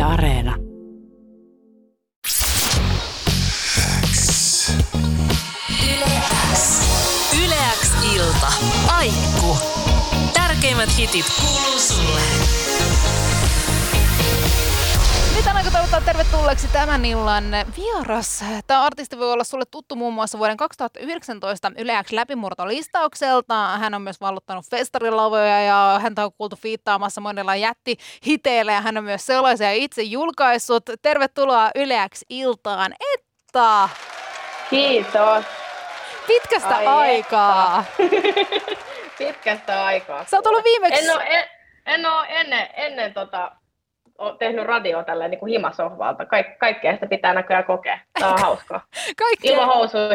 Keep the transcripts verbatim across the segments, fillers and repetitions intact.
Yle Areena. Yle X ilta. Aikku. Tärkeimmät hitit kuuluu sulle. Nyt on aika toivottaa tervetulleeksi tämän illan vieras. Tämä artisti voi olla sulle tuttu muun muassa vuoden kaksituhattayhdeksäntoista Yle X läpimurtolistaukselta. Hän on myös vallottanut festarilavoja ja häntä on kuultu fiittaamassa monella jättihiteillä ja hän on myös sellaisia itse julkaissut. Tervetuloa Yle X iltaan, Etta! Kiitos. Pitkästä Ai aikaa. Pitkästä aikaa. Sä oot ollut viimeksi... En ole, en, en ole ennen, ennen tota, ole tehnyt radioa tälleen niin kuin himasohvalta. Kaik, kaikkea sitä pitää näköjään kokea. Tämä on hauskaa. Kaikkea... Ilman housuja.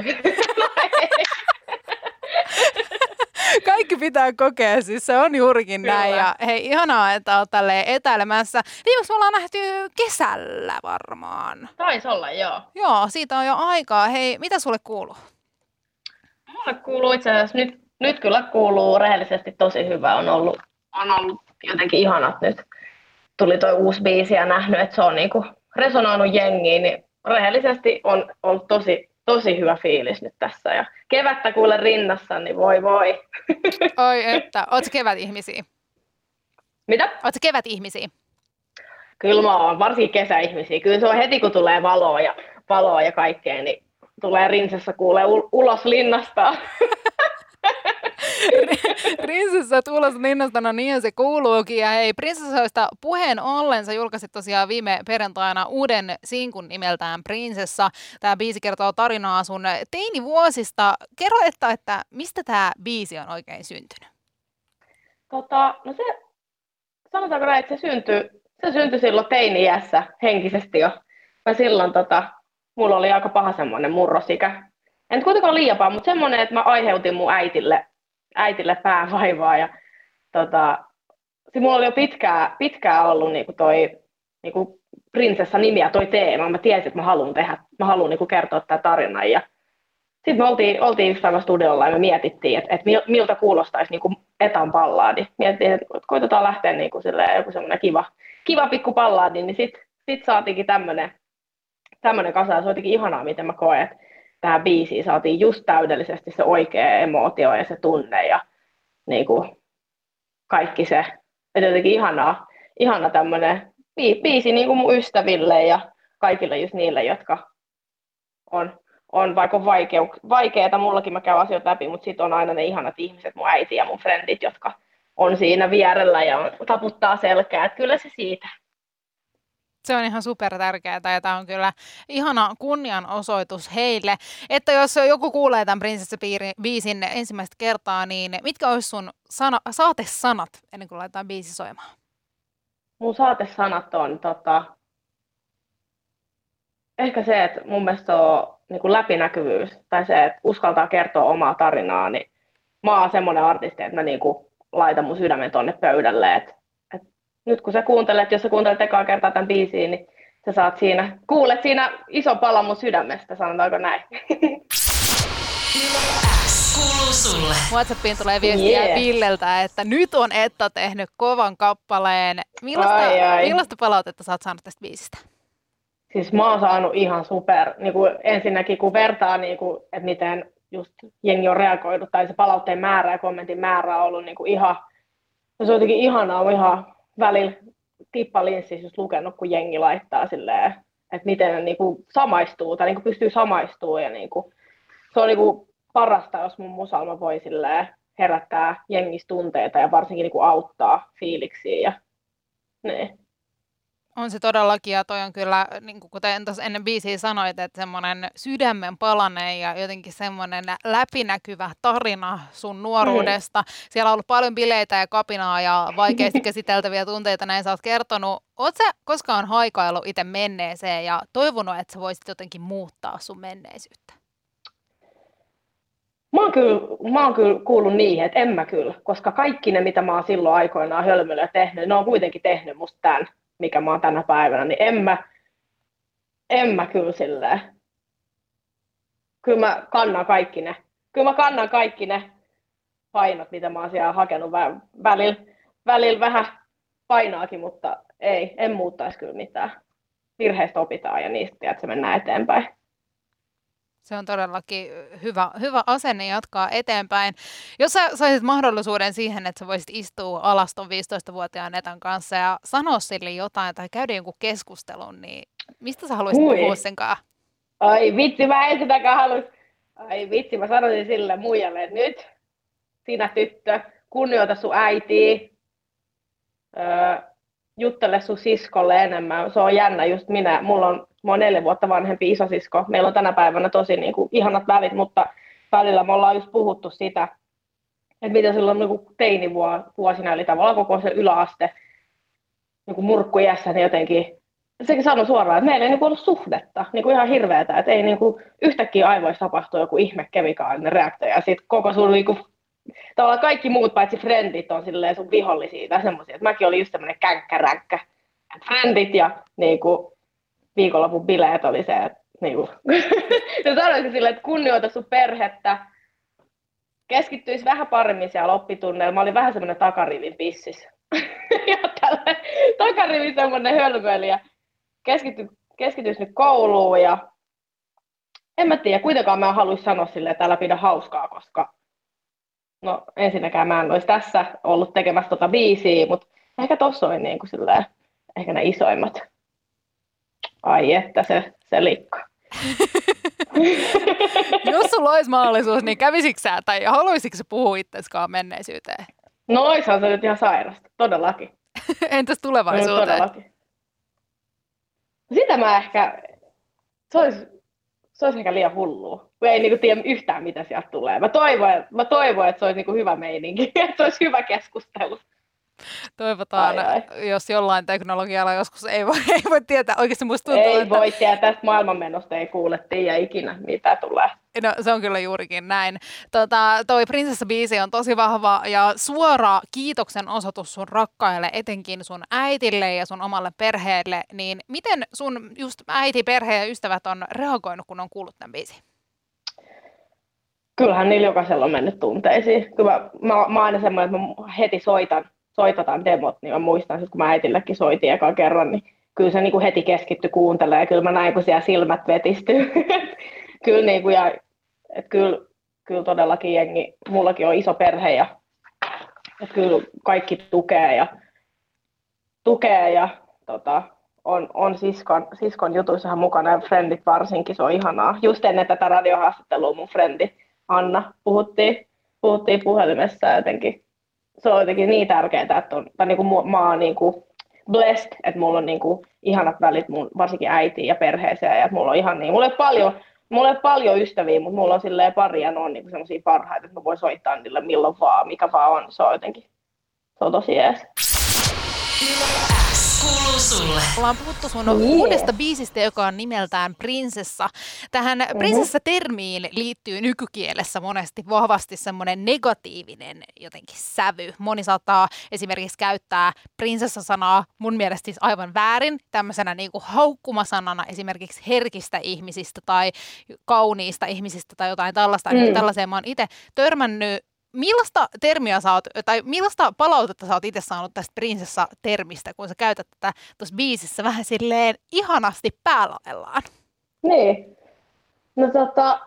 Kaikki pitää kokea, siis se on juurikin Kyllä. näin. Ja hei, ihanaa, että oot tälleen etäilemässä. Viimeksi me ollaan nähty kesällä varmaan. Taisi olla, joo. Joo, siitä on jo aikaa. Hei, mitä sulle kuuluu? Mulle kuuluu itse asiassa, nyt, nyt kyllä kuuluu rehellisesti tosi hyvä. On ollut, on ollut jotenkin ihanat nyt. Tuli toi uusi biisi ja nähnyt, että se on niinku resonoinut jengiin, niin rehellisesti on ollut tosi, tosi hyvä fiilis nyt tässä. Ja kevättä kuule rinnassa, niin voi voi. Oi että, ootko kevät-ihmisiä? Mitä? Ootko kevät-ihmisiä? Kyllä mä oon, varsinkin kesäihmisiä. Kyllä se on heti, kun tulee valoa ja, valoa ja kaikkea, niin tulee rinsessä kuulee ul- ulos linnasta. Prinsessa ulos linnasta, no niin se kuuluukin. Ja hei, prinsessoista puheen ollen sä julkaisit tosiaan viime perjantaina uuden sinkun nimeltään Prinsessa. Tämä biisi kertoo tarinaa sun teinivuosista. Kerro, että, että mistä tämä biisi on oikein syntynyt? Tota, no se, sanotaanko näin, että se syntyi, se syntyi silloin teini-iässä henkisesti jo. Mä silloin tota, mulla oli aika paha semmoinen murrosikä. En kuitenkaan liian paha, mutta semmoinen, että mä aiheutin mun äitille, äitille päävaivaa. Ja, tota, se mulla oli jo pitkään, pitkään ollut niinku toi niinku prinsessa-nimi ja toi teema. Mä tiesin, että mä haluan tehdä, mä haluan niinku kertoa tämän tarinan. Ja sitten me oltiin, oltiin yksi päivä studiolla ja me mietittiin, että, että miltä kuulostaisi niinku Etan ballaadi. Mietittiin, että koitetaan lähteä niinku silleen, joku semmoinen kiva, kiva pikku ballaadi, niin sitten sit saatiinkin tämmöinen tämmöinen kasa. Ja se on jotenkin ihanaa, miten mä koen, että tähän biisiin saatiin just täydellisesti se oikea emootio ja se tunne ja niinku kaikki se. Että jotenkin ihanaa, ihana tämmöinen biisi niinku mun ystäville ja kaikille just niille, jotka on, on vaikka vaikeuk- vaikeeta. Mullakin mä käyn asioita läpi, mutta sit on aina ne ihanat ihmiset, mun äiti ja mun frendit, jotka on siinä vierellä ja on, taputtaa selkää. Että kyllä se siitä. Se on ihan super tärkeää ja tämä on kyllä ihana kunnianosoitus heille, että jos joku kuulee tämän Prinsessa-biisin ensimmäistä kertaa, niin mitkä olisi sun sana- saatesanat ennen kuin laitetaan biisi soimaan? Mun saatesanat on tota, ehkä se, että mun mielestä on niin kuin läpinäkyvyys tai se, että uskaltaa kertoa omaa tarinaa, niin mä oon semmoinen artisti, että mä niin kuin laitan mun sydämen tonne pöydälle, että nyt kun sä kuuntelet, jos sä kuuntelet ekaa kertaa tämän biisiin, niin sä saat siinä, kuulet siinä ison palan mun sydämestä, sanotaanko näin. Kuuluu sulle. WhatsAppiin tulee viestiä yeah. Villeltä, että nyt on Etta tehnyt kovan kappaleen. Millaista, ai, ai. millaista palautetta sä oot saanut tästä biisistä? Siis mä oon saanut ihan super, niin kuin ensinnäkin kun vertaa, niin kuin, että miten just jengi on reagoinut, tai se palautteen määrä ja kommentin määrä on ollut niin kuin ihan, se on jotenkin ihanaa, on ihan välillä tippalinssissä just lukenut, kun jengi laittaa silleen, että miten ne niinku samaistuu tai niinku pystyy samaistumaan. Ja niinku, se on niinku parasta, jos mun musalma voi silleen herättää jengissä tunteita ja varsinkin niinku auttaa fiiliksiä. Ja, niin. On se todellakin, ja toi on kyllä, niin kuin kuten tuossa ennen biisiä sanoit, että semmoinen sydämen palanen ja jotenkin semmoinen läpinäkyvä tarina sun nuoruudesta. Mm. Siellä on ollut paljon bileitä ja kapinaa ja vaikeasti käsiteltäviä tunteita, näin sä oot kertonut. Oot sä koskaan haikaillut itse menneeseen ja toivonut, että sä voisit jotenkin muuttaa sun menneisyyttä? Mä oon kyllä, mä oon kyllä kuullut niihin, että en mä kyllä, koska kaikki ne, mitä mä oon silloin aikoinaan hölmöllä tehnyt, ne on kuitenkin tehnyt musta tämän, mikä mä oon tänä päivänä, niin en mä, en mä kyllä silleen. Kyllä mä kannan kaikki ne. Kyllä mä kannan kaikki ne painot, mitä mä oon siellä hakenut välillä. Välillä vähän painaakin, mutta ei, en muuttaisi kyllä mitään. Virheistä opitaan ja niistä, tiedät, se mennään eteenpäin. Se on todellakin hyvä, hyvä asenne jatkaa eteenpäin. Jos sä saisit mahdollisuuden siihen, että sä voisit istua alas ton viisitoistavuotiaan Netan kanssa ja sanoa sille jotain tai käydä jonkun keskustelun, niin mistä sä haluaisit Ui. puhua sen kanssa? Ai vitsi, mä en sitäkään haluaisi. Ai vitsi, mä sanoisin sille muijalle, että nyt sinä tyttö, kunnioita sun äitiä, öö, juttele sun siskolle enemmän. Se on jännä just minä. Mulla on, mä oon neljä vuotta vanhempi isosisko. Meillä on tänä päivänä tosi niin kuin, ihanat välit, mutta välillä me ollaan just puhuttu sitä, että mitä silloin niin kuin teinivuosina, eli tavallaan koko se yläaste niin kuin murkkujässä, niin jotenkin sekin sanoi suoraan, että meillä ei niin kuin ollut suhdetta, niin kuin ihan hirveätä, että ei niin kuin yhtäkkiä aivoissa tapahtuu joku ihme kemikaalinen reaktio, ja sitten koko sun niin kuin, tavallaan kaikki muut paitsi frendit on silleen sun vihollisia tai semmoisia, että mäkin olin just semmoinen känkkäränkkä, että frendit ja niin kuin, viikonlopun bileet oli se, että niin kuin, se sanoisin silleen, että kunnioita sun perhettä, keskittyisi vähän paremmin siellä oppitunneilla, mä olin vähän semmoinen takarivin pissis, ja tällä takarivin semmoinen hölmöili, ja keskity, keskityisi nyt kouluun, ja en mä tiedä, kuitenkaan mä en haluaisi sanoa silleen, että älä pidä hauskaa, koska no ensinnäkään mä en olisi tässä ollut tekemässä tota biisiä, mutta ehkä tossa oli niin kuin silleen, ehkä ne isoimmat. Ai että se, se likka. Jos sulla olisi mahdollisuus, niin kävisikö sä tai haluaisitko sä puhua itseskaan menneisyyteen? No oishan se nyt ihan sairasta, todellakin. Entäs tulevaisuuteen? No, todellakin. Sitä mä ehkä, se olisi, se olisi ehkä liian hullua, kun ei niinku tiedä yhtään mitä sieltä tulee. Mä toivon, mä toivon että se olisi niinku hyvä meininki, että se olisi hyvä keskustelu. Toivotaan, ai, ai. Jos jollain teknologialla joskus ei voi, ei voi tietää. Oikeasti musta tuntuu, ei että... voi tietää, tästä maailmanmenosta ei kuule tiedä ikinä, mitä tulee. No se on kyllä juurikin näin. Tota, toi Prinsessa-biisi on tosi vahva ja suora kiitoksen osoitus sun rakkaille, etenkin sun äitille ja sun omalle perheelle. Niin miten sun just äiti, perhe ja ystävät on reagoinut, kun on kuullut tämän biisin? Kyllähän niillä jokaisella on mennyt tunteisiin. Kyllä mä, mä, mä aina semmoinen, että mä heti soitan. soitetaan demot, niin mä muistan, että kun mä äitillekin soitin ekan kerran, niin kyllä se niin kuin heti keskittyi kuuntelemaan, ja kyllä mä näin, kun siellä silmät vetistyy. kyllä, niin kuin, ja, että kyllä, kyllä todellakin jengi, mullakin on iso perhe, ja että kyllä kaikki tukee, ja, tukee, ja tota, on, on siskon, siskon jutuissahan mukana, ja frendit varsinkin, se on ihanaa. Just ennen tätä radiohaastattelua mun frendi Anna puhuttiin, puhuttiin puhelimessa jotenkin. Se on jotenkin niin tärkeää, että on, tai niin kuin mä oon niin kuin blessed, että mulla on niin kuin ihanat välit mun, varsinkin äitiin ja perheeseen, ja että mulla on ihan niin, mulla ei paljon, mulla ei paljon ystäviä, mutta mulla on silleen pari, ja ne on niin semmosia parhaita, että mä voin soittaa niille milloin vaan, mikä vaan on, se on jotenkin, se on tosi jees. Kuuluu sulle. Ollaan puhuttu sun yeah. uudesta biisistä, joka on nimeltään Prinsessa. Tähän mm-hmm. prinsessa-termiin liittyy nykykielessä monesti vahvasti semmoinen negatiivinen jotenkin sävy. Moni saattaa esimerkiksi käyttää prinsessa-sanaa mun mielestä siis aivan väärin, tämmöisenä niin kuin haukkumasanana esimerkiksi herkistä ihmisistä tai kauniista ihmisistä tai jotain tällaista. Mm. Niin tällaiseen mä oon itse törmännyt. Millaista termiä sä oot, tai millaista palautetta sä oot itse saanut tästä prinsessa-termistä, kun sä käytät tätä tuossa biisissä vähän silleen ihanasti päälaellaan? Niin. No tota,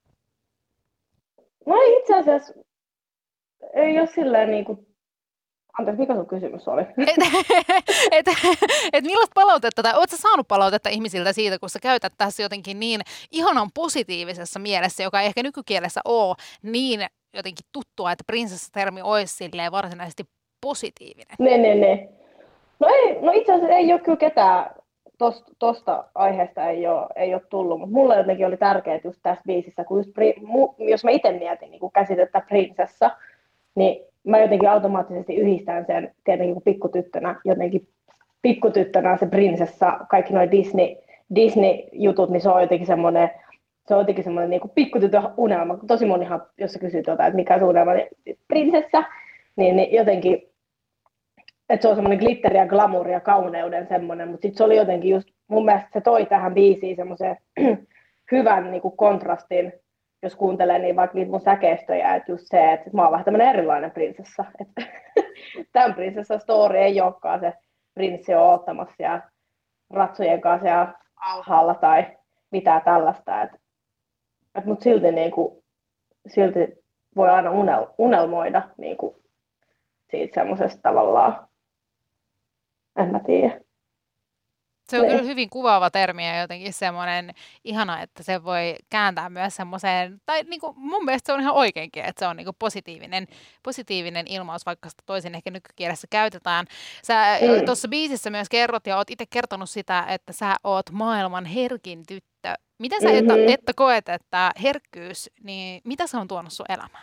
no itse asiassa ei ole silleen niinku, anteeksi, mikä sun kysymys oli? Et, et, et millaista palautetta, tai ootko sä saanut palautetta ihmisiltä siitä, kun sä käytät tässä jotenkin niin ihanan positiivisessa mielessä, joka ei ehkä nykykielessä ole niin jotenkin tuttua, että prinsessa-termi olisi silleen varsinaisesti positiivinen. Ne, ne, ne. No, ei, no itse asiassa ei ole kyllä ketään, tosta, tosta aiheesta ei ole, ei ole tullut, mutta mulle jotenkin oli tärkeää just tässä biisissä, kun just, jos mä itse mietin niin käsitettä prinsessa, niin mä jotenkin automaattisesti yhdistän sen tietenkin kun pikkutyttönä, jotenkin pikkutyttönä se prinsessa, kaikki nuo Disney, Disney-jutut, niin se on jotenkin semmoinen, se on jotenkin semmoinen niin kuin pikkutytön unelma. Tosi monihan, jos sä kysyt jotain, että mikä on unelma, niin prinsessa, niin, niin jotenkin, että se on semmoinen glitteri ja glamour ja kauneuden semmoinen, mutta sitten se oli jotenkin just, mun mielestä se toi tähän biisiin semmoisen hyvän niin kuin kontrastin, jos kuuntelee niin vaikka niitä mun säkeistöjä, että just se, että mä oon vähän tämmöinen erilainen prinsessa. Että tämän prinsessa story ei olekaan se prinssi on odottamassa siellä ratsujen kanssa siellä alhaalla tai mitään tällaista. Et, et mut silti, niinku, silti voi aina unel, unelmoida niinku, siitä semmoisesta tavallaan, en mä tiedä. Se on Ne. kyllä hyvin kuvaava termi ja jotenkin semmoinen ihana, että se voi kääntää myös semmoiseen, tai niin kuin mun mielestä se on ihan oikeinkin, että se on niin kuin positiivinen, positiivinen ilmaus, vaikka sitä toisin ehkä nykykielessä käytetään. Sä Mm. tuossa biisissä myös kerrot ja oot itse kertonut sitä, että sä oot maailman herkin tyttö. Miten sä, että, Mm-hmm. että koet, että herkkyys, niin mitä se on tuonut sun elämään?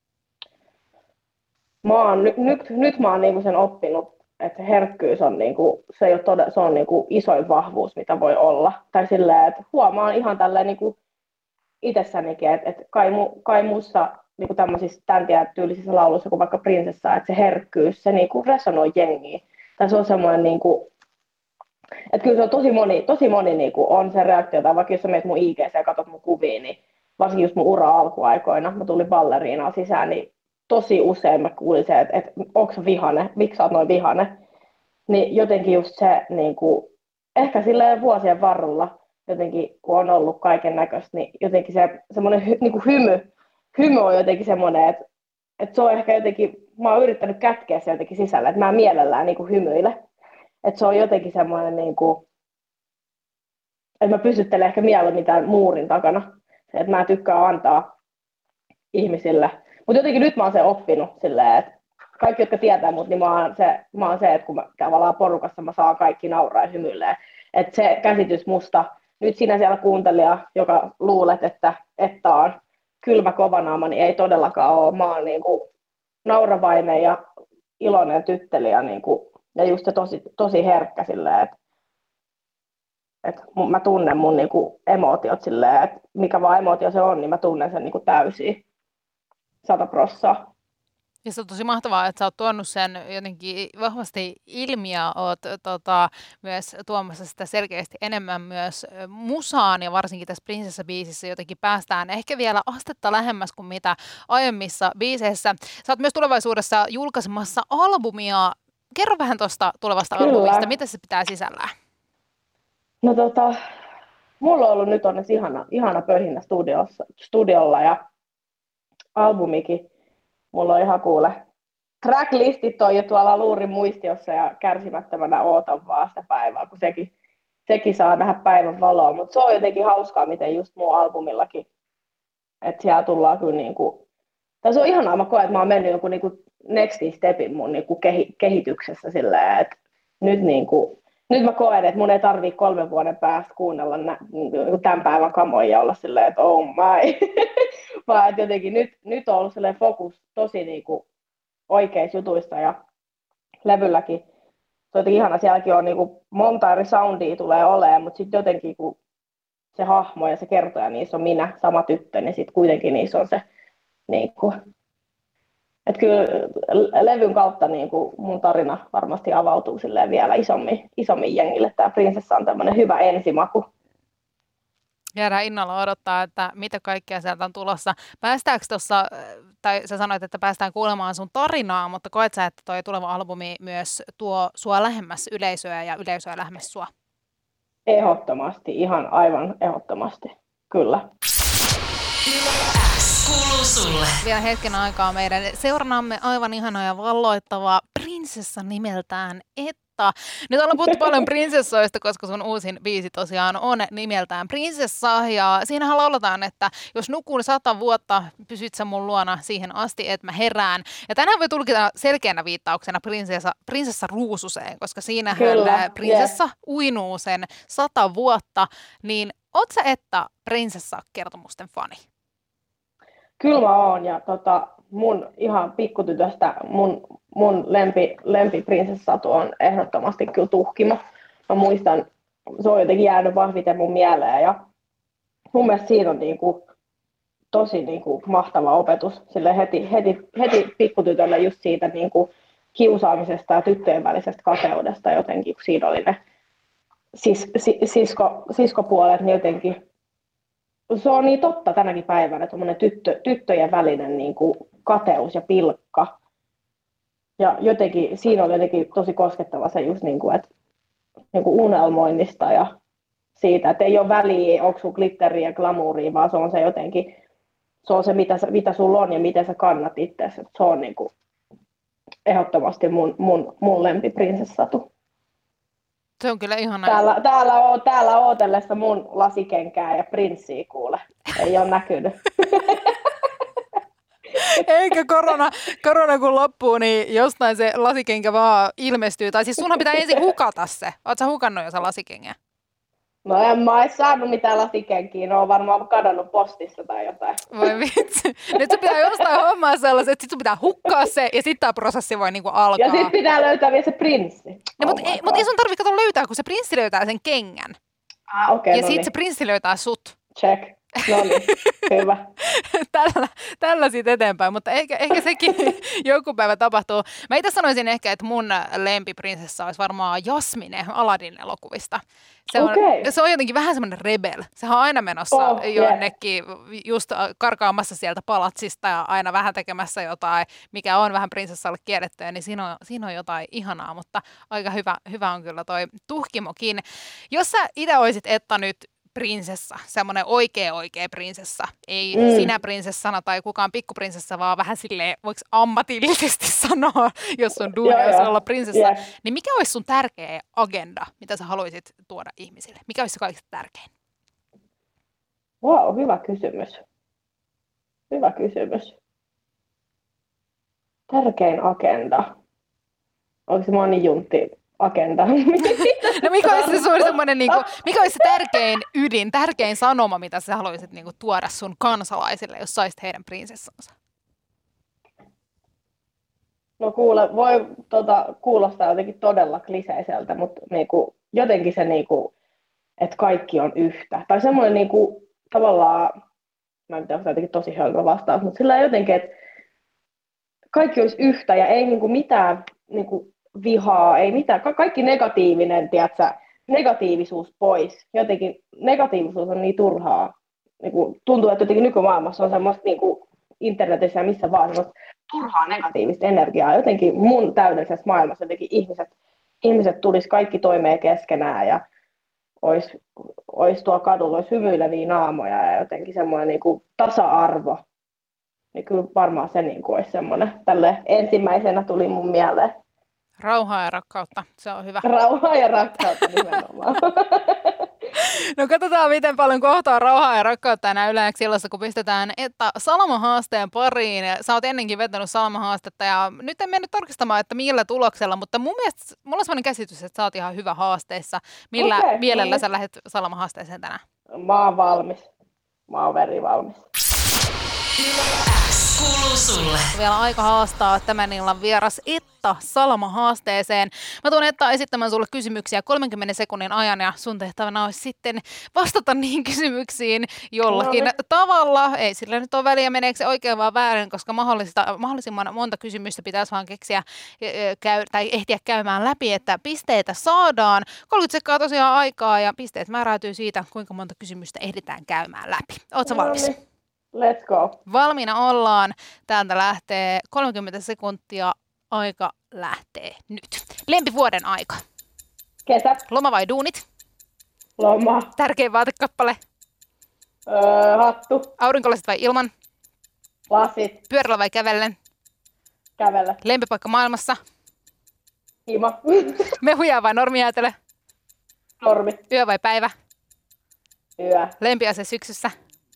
Mä oon, nyt, nyt, nyt mä oon niinku sen oppinut, että herkkyys on, niinku, se ei ole todella, se on niinku isoin vahvuus, mitä voi olla. Tai silleen, että huomaan ihan tälleen niinku itsessänikin, että, että kai, mu, kai mussa niinku tämmöisissä tämän tyylisissä lauluissa kuin vaikka Prinsessa, että se herkkyys, se niinku resonoi jengiä. Tai se on semmoinen, niinku, että kyllä se on tosi moni, tosi moni niinku on se reaktio, tai vaikka jos sä menet mun I G:ssä ja katsot mun kuvia, niin varsinkin just mun ura alkuaikoina, mä tulin balleriinaan sisään, niin tosi usein mä kuulin se, että, että onko sä vihane, miksi sä oot noin vihane. Niin jotenkin just se, niin kuin, ehkä silleen vuosien varrella, jotenkin kun on ollut kaiken näköistä, niin jotenkin se semmoinen hy, niin kuin hymy, hymy on jotenkin semmoinen, että, että se on ehkä jotenkin, mä oon yrittänyt kätkeä se jotenkin sisällä, että mä mielellään niin kuin hymyile. Että se on jotenkin semmoinen, niin kuin, että mä pysyttelen ehkä mieluummin tämän muurin takana. Että mä tykkään antaa ihmisille. Mutta jotenkin nyt mä oon sen oppinut silleen, että kaikki, jotka tietää mut, niin mä oon se, mä oon se että kun mä tavallaan porukassa mä saan kaikki nauraa ja hymyilee. Että se käsitys musta, nyt sinä siellä kuuntelija, joka luulet, että, että on kylmä kovanaama, niin ei todellakaan ole. Mä oon niinku nauravainen ja iloinen tytteli ja, niinku, ja just se tosi, tosi herkkä silleen, että et mä tunnen mun niinku emootiot silleen, että mikä vaan emootio se on, niin mä tunnen sen niinku täysin. Sata prossaa. Ja se on tosi mahtavaa, että sä oot tuonut sen jotenkin vahvasti ilmi ja oot tota, myös tuomassa sitä selkeästi enemmän myös musaan ja varsinkin tässä Prinsessa-biisissä jotenkin päästään ehkä vielä astetta lähemmäs kuin mitä aiemmissa biiseissä. Sä oot myös tulevaisuudessa julkaisemassa albumia. Kerro vähän tuosta tulevasta Kyllä. albumista, mitä se pitää sisällään? No tota, mulla on ollut nyt onneksi ihana, ihana pöhinä studiossa, studiolla ja albumikin. Mulla on ihan kuule. Tracklistit on jo tuolla luurin muistiossa ja kärsimättömänä ootan vaan sitä päivää, kun sekin, sekin saa nähdä päivän valoa. Mutta se on jotenkin hauskaa, miten just mun albumillakin, että siellä tullaan kyllä niinku, tai se on ihanaa, mä koen, että mä oon mennyt joku niinku next stepin mun niinku kehi, kehityksessä silleen, että nyt niinku, nyt mä koen, että mun ei tarvii kolmen vuoden päästä kuunnella nä, niinku tämän päivän kamoja ja olla silleen, että oh my. Vaan että jotenkin nyt, nyt on ollut silleen fokus tosi niinku oikeissa jutuissa ja levylläkin. Se on jotenkin ihana, sielläkin on niinku monta eri soundia tulee olemaan, mutta sitten jotenkin kun se hahmo ja se kertoja, niissä on minä, sama tyttö, niin sitten kuitenkin niissä on se niinku, että kyllä levyn kautta niinku mun tarina varmasti avautuu silleen vielä isommin, isommin jengille. Tämä Prinsessa on tämmöinen hyvä ensimaku. Jäädään innolla odottaa, että mitä kaikkea sieltä on tulossa. Päästäänkö tuossa, tai sä sanoit, että päästään kuulemaan sun tarinaa, mutta koet sä, että toi tuleva albumi myös tuo sua lähemmäs yleisöä ja yleisöä lähemmäs sua? Ehdottomasti, ihan aivan ehdottomasti, kyllä. Kuuluu sulle. Vielä hetken aikaa meidän seuranamme aivan ihana ja valloittava prinsessa nimeltään Etta. Nyt ollaan puhuttu paljon prinsessoista, koska sun uusin biisi tosiaan on nimeltään Prinsessa. Ja siinähän lauletaan, että jos nukun sata vuotta, pysyt sä mun luona siihen asti, että mä herään. Ja tänään voi tulkita selkeänä viittauksena prinsessa, prinsessa Ruususeen, koska siinähän Kyllä, prinsessa yeah. uinuu sen sata vuotta. Niin oot sä Etta prinsessa-kertomusten fani? Kyllä mä oon, ja tota, mun ihan pikkutytöstä mun, mun lempi, lempiprinsessatu on ehdottomasti kyllä Tuhkimo. Mä muistan, se on jotenkin jäänyt vahviten mun mieleen, ja mun mielestä siinä on niinku, tosi niinku, mahtava opetus sille heti, heti, heti pikkutytölle just siitä niinku, kiusaamisesta ja tyttöjen välisestä kateudesta jotenkin, kun siinä oli ne sis, sis, sisko, siskopuolet, niin jotenkin se on niin totta tänäkin päivänä, että tyttö, tyttöjen välinen niin kuin kateus ja pilkka. Ja jotenkin, siinä oli jotenkin tosi koskettava se just niin kuin, että niin kuin unelmoinnista ja siitä, että ei ole väliä, onko sun glitteriä ja glamouria, vaan se on se jotenkin, se on se, mitä, sä, mitä sulla on ja miten sä kannat itseäsi. Se on niin kuin ehdottomasti mun, mun, mun lempiprinsessatu. Se on kyllä ihanaa. Täällä, täällä, on, täällä ootellessa mun lasikenkää ja prinssiä kuule. Ei ole näkynyt. Eikä korona, korona kun loppuu, niin jostain se lasikenkä vaan ilmestyy. Tai siis sunhan pitää ensin hukata se. Ootko sä hukannut jo se lasikengä? No en mä ois saanut mitään lasikenkiä. Ne on varmaan kadonnut postissa tai jotain. Voi vitsi. Nyt sun pitää jostain hommaa sellaiset, että sit sun pitää hukkaa se ja sitten tämä prosessi voi niinku alkaa. Ja sit pitää löytää vielä se prinssi. No, mutta ei, mut ei sun tarvitse katsoa löytää, kun se prinssi löytää sen kengän. Ah, okay, ja no sit niin. se prinssi löytää sut. Check. No niin, hyvä. tällä, tällä siitä eteenpäin, mutta ehkä, ehkä sekin joku päivä tapahtuu. Mä itse sanoisin ehkä, että mun lempiprinsessa olisi varmaan Jasmine Aladdin elokuvista. Se on, okay. se on jotenkin vähän semmoinen rebel. Sehän on aina menossa oh, jonnekin yeah. just karkaamassa sieltä palatsista ja aina vähän tekemässä jotain, mikä on vähän prinsessalle kiellettyä, niin siinä on, siinä on jotain ihanaa, mutta aika hyvä, hyvä on kyllä toi tuhkimokin. Jos sä itse olisit Etta nyt prinsessa, semmoinen oikea oikea prinsessa, ei mm. sinä prinsessana tai kukaan pikkuprinsessa, vaan vähän silleen, voiko ammatillisesti sanoa, jos on duuni, jos olla prinsessa, yeah. niin mikä olisi sun tärkeä agenda, mitä sä haluaisit tuoda ihmisille? Mikä olisi se kaikista tärkein? Wow, hyvä kysymys. Hyvä kysymys. Tärkein agenda. Onko se Moni Juntti agenda? No mikä olisi se suuri semmoinen, niin kuin, mikä olisi se tärkein ydin, tärkein sanoma, mitä sä haluaisit niin kuin, tuoda sun kansalaisille, jos saisit heidän prinsessansa? No kuule, voi tota, kuulostaa jotenkin todella kliseiseltä, mutta niinku, jotenkin se, niinku, että kaikki on yhtä. Tai semmoinen niinku, tavallaan, mä en tiedä, onko jotenkin tosi hölmö vastaus, mutta sillä jotenkin, että kaikki olisi yhtä ja ei niinku, mitään niinku, vihaa, ei mitään. Ka- kaikki negatiivinen, tiedätkö, negatiivisuus pois. Jotenkin negatiivisuus on niin turhaa. Niinku, tuntuu, että jotenkin nykymaailmassa on semmoista niinku, internetissä ja missä vaan semmoista turhaa negatiivista energiaa. Jotenkin mun täydellisessä maailmassa jotenkin ihmiset, ihmiset tulisi kaikki toimeen keskenään ja olisi, olisi tuo kadulla, olisi hymyileviä naamoja ja jotenkin semmoinen niin kuin tasa-arvo. Niin kyllä varmaan se niin kuin olisi semmoinen, tälle ensimmäisenä tuli mun mieleen. Rauhaa ja rakkautta, se on hyvä. Rauhaa ja rakkautta nimenomaan. No katsotaan, miten paljon kohtaa rauhaa ja rakkautta enää Yleäksi illassa, kun pistetään että Salama-haasteen pariin. Sä oot ennenkin vetänyt Salama-haastetta ja nyt en mennyt tarkistamaan, että millä tuloksella, mutta mun mielestä mulla on sellainen käsitys, että sä oot ihan hyvä haasteessa. Millä okay, mielellä niin. Sä lähdet Salama-haasteeseen tänään? Mä oon valmis. Mä oon verivalmis. Yleäks kuuluu sulle. Vielä aika haastaa tämän illan vieras Etta Salama-haasteeseen. Mä tuun Etta esittämään sulle kysymyksiä kolmenkymmenen sekunnin ajan ja sun tehtävänä olisi sitten vastata niihin kysymyksiin jollakin no, tavalla. Ei sillä nyt ole väliä, meneekö se oikein vai väärin, koska mahdollisimman monta kysymystä pitäisi vaan keksiä käy, tai ehtiä käymään läpi, että pisteitä saadaan. kolmekymmentä sekkaa tosiaan aikaa ja pisteet määräytyy siitä, kuinka monta kysymystä ehditään käymään läpi. Ootko no, valmis? Niin. Let's go. Valmiina ollaan. Täältä lähtee kolmekymmentä sekuntia. Aika lähtee nyt. Lempivuoden aika. Kesä. Loma vai duunit? Loma. Tärkein vaatekappale? Öö, hattu. Aurinkolasit vai ilman? Lasit. Pyörällä vai kävellen? Kävellä. Lempipaikka maailmassa? Hima. Mehuja vai normijäätelö? Normi. Yö vai päivä? Yö. Lempiase syksyssä?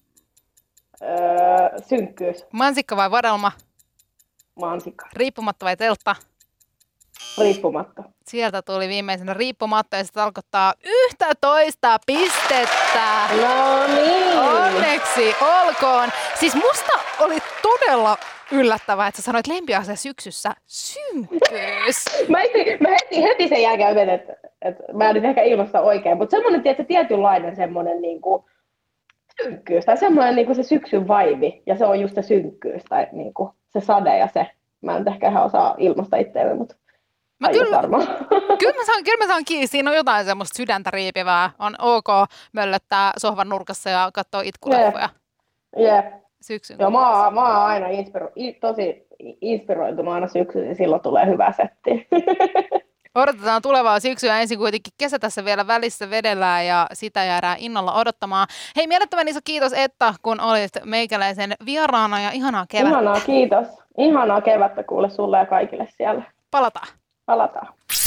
Öö, synkkyys. Mansikka vai vadelma? Mansikka. Riippumatta vai teltta? Riippumatta. Sieltä tuli viimeisenä riippumatta ja se tarkoittaa yhtä toista pistettä. No niin. Onneksi olkoon. Siis musta oli todella yllättävää, että sä sanoit lempiase syksyssä synkkyys. mä, heti, mä heti, heti sen jälkeen menen, että, että mä en nyt ehkä ilmasta oikein, mutta semmoinen tietysti, tietynlainen semmoinen niin kuin synkkyys tai semmoinen niin kuin se syksyn vaivi ja se on just se synkkyys tai niin kuin se sade ja se. Mä en ehkä ihan osaa ilmasta itseäni, mutta mä kyllä, varmaan. Kyllä mä saan, kyllä mä saan kiinni. Siinä on jotain semmoista sydäntä riipivää. On ok möllöttää sohvan nurkassa ja katsoa itkuleffoja. Jep. Yep. syksyn Joo, mä oon, mä oon aina inspiro, tosi inspiroitunut aina syksyn, ja silloin tulee hyvä setti. Odotetaan tulevaa syksyä. Ensin kuitenkin kesä tässä vielä välissä vedellään ja sitä jäädään innolla odottamaan. Hei, mielettömän iso kiitos Etta, kun olit meikäläisen vieraana ja ihanaa kevättä. Ihanaa, kiitos. Ihanaa kevättä kuule sulle ja kaikille siellä. Palataan. Palataan.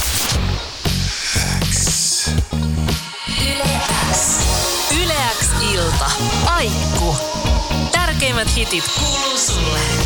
Yle X. Yle X ilta. Aikku. Tärkeimmät hitit kuuluu sulle.